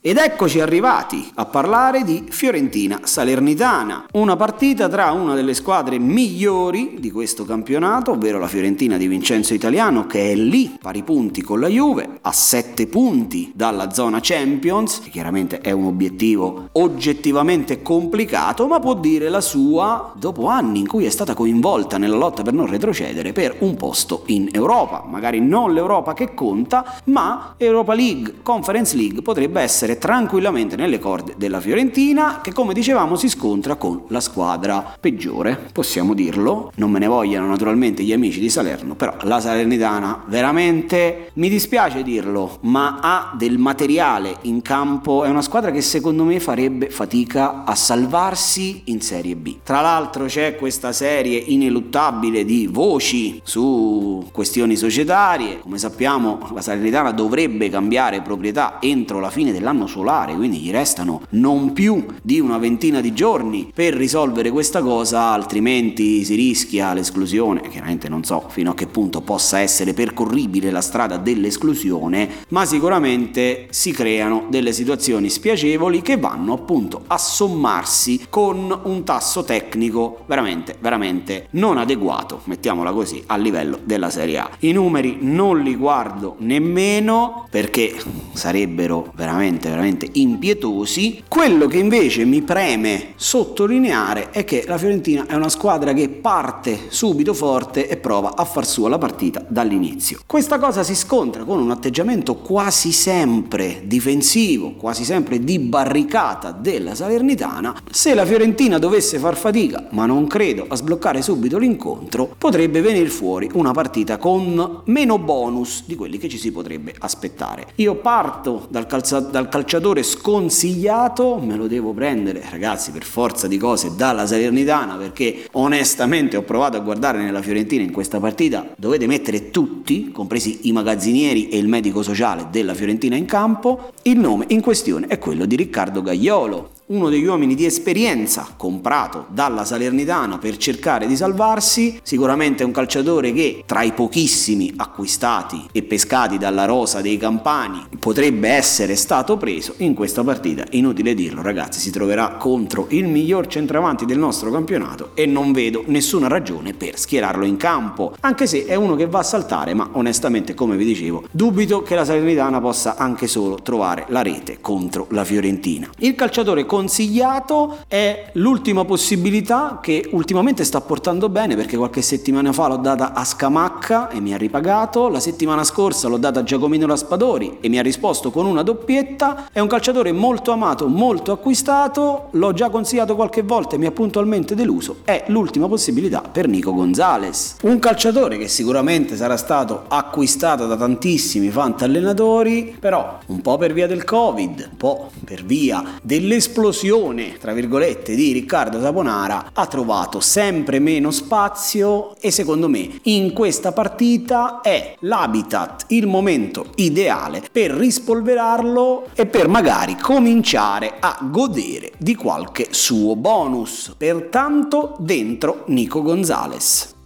Ed eccoci arrivati a parlare di Fiorentina-Salernitana, una partita tra una delle squadre migliori di questo campionato, ovvero la Fiorentina di Vincenzo Italiano, che è lì pari punti con la Juve, a 7 punti dalla zona Champions, che chiaramente è un obiettivo oggettivamente complicato, ma può dire la sua dopo anni in cui è stata coinvolta nella lotta per non retrocedere per un posto in Europa, magari non l'Europa che conta, ma Europa League, Conference League potrebbe essere tranquillamente nelle corde della Fiorentina, che come dicevamo si scontra con la squadra peggiore, possiamo dirlo, non me ne vogliano naturalmente gli amici di Salerno, però la Salernitana veramente, mi dispiace dirlo, ma ha del materiale in campo, è una squadra che secondo me farebbe fatica a salvarsi in Serie B. Tra l'altro c'è questa serie ineluttabile di voci su questioni societarie, come sappiamo la Salernitana dovrebbe cambiare proprietà entro la fine dell'anno solare, quindi gli restano non più di una ventina di giorni per risolvere questa cosa, altrimenti si rischia l'esclusione. Chiaramente non so fino a che punto possa essere percorribile la strada dell'esclusione, ma sicuramente si creano delle situazioni spiacevoli che vanno appunto a sommarsi con un tasso tecnico veramente non adeguato, mettiamola così, a livello della Serie A. I numeri non li guardo nemmeno perché sarebbero veramente impietosi. Quello che invece mi preme sottolineare è che la Fiorentina è una squadra che parte subito forte e prova a far sua la partita dall'inizio. Questa cosa si scontra con un atteggiamento quasi sempre difensivo, quasi sempre di barricata della Salernitana. Se la Fiorentina dovesse far fatica, ma non credo, a sbloccare subito l'incontro, potrebbe venire fuori una partita con meno bonus di quelli che ci si potrebbe aspettare. Io parto dal calciatore sconsigliato, me lo devo prendere ragazzi per forza di cose dalla Salernitana, perché onestamente ho provato a guardare nella Fiorentina in questa partita, dovete mettere tutti, compresi i magazzinieri e il medico sociale della Fiorentina in campo. Il nome in questione è quello di Riccardo Gaiolo, uno degli uomini di esperienza comprato dalla Salernitana per cercare di salvarsi, sicuramente un calciatore che tra i pochissimi acquistati e pescati dalla rosa dei Campani potrebbe essere stato preso. In questa partita, inutile dirlo ragazzi, si troverà contro il miglior centravanti del nostro campionato e non vedo nessuna ragione per schierarlo in campo, anche se è uno che va a saltare, ma onestamente come vi dicevo dubito che la Salernitana possa anche solo trovare la rete contro la Fiorentina. Il calciatore consigliato è l'ultima possibilità che ultimamente sta portando bene, perché qualche settimana fa l'ho data a Scamacca e mi ha ripagato, la settimana scorsa l'ho data a Giacomino Raspadori e mi ha risposto con una doppietta. È un calciatore molto amato, molto acquistato, l'ho già consigliato qualche volta e mi ha puntualmente deluso. È l'ultima possibilità per Nico Gonzalez, un calciatore che sicuramente sarà stato acquistato da tantissimi fantallenatori, però un po' per via del Covid, un po' per via dell'esplosione tra virgolette di Riccardo Saponara ha trovato sempre meno spazio e secondo me in questa partita è l'habitat, il momento ideale per rispolverarlo e per magari cominciare a godere di qualche suo bonus. Pertanto dentro Nico Gonzalez.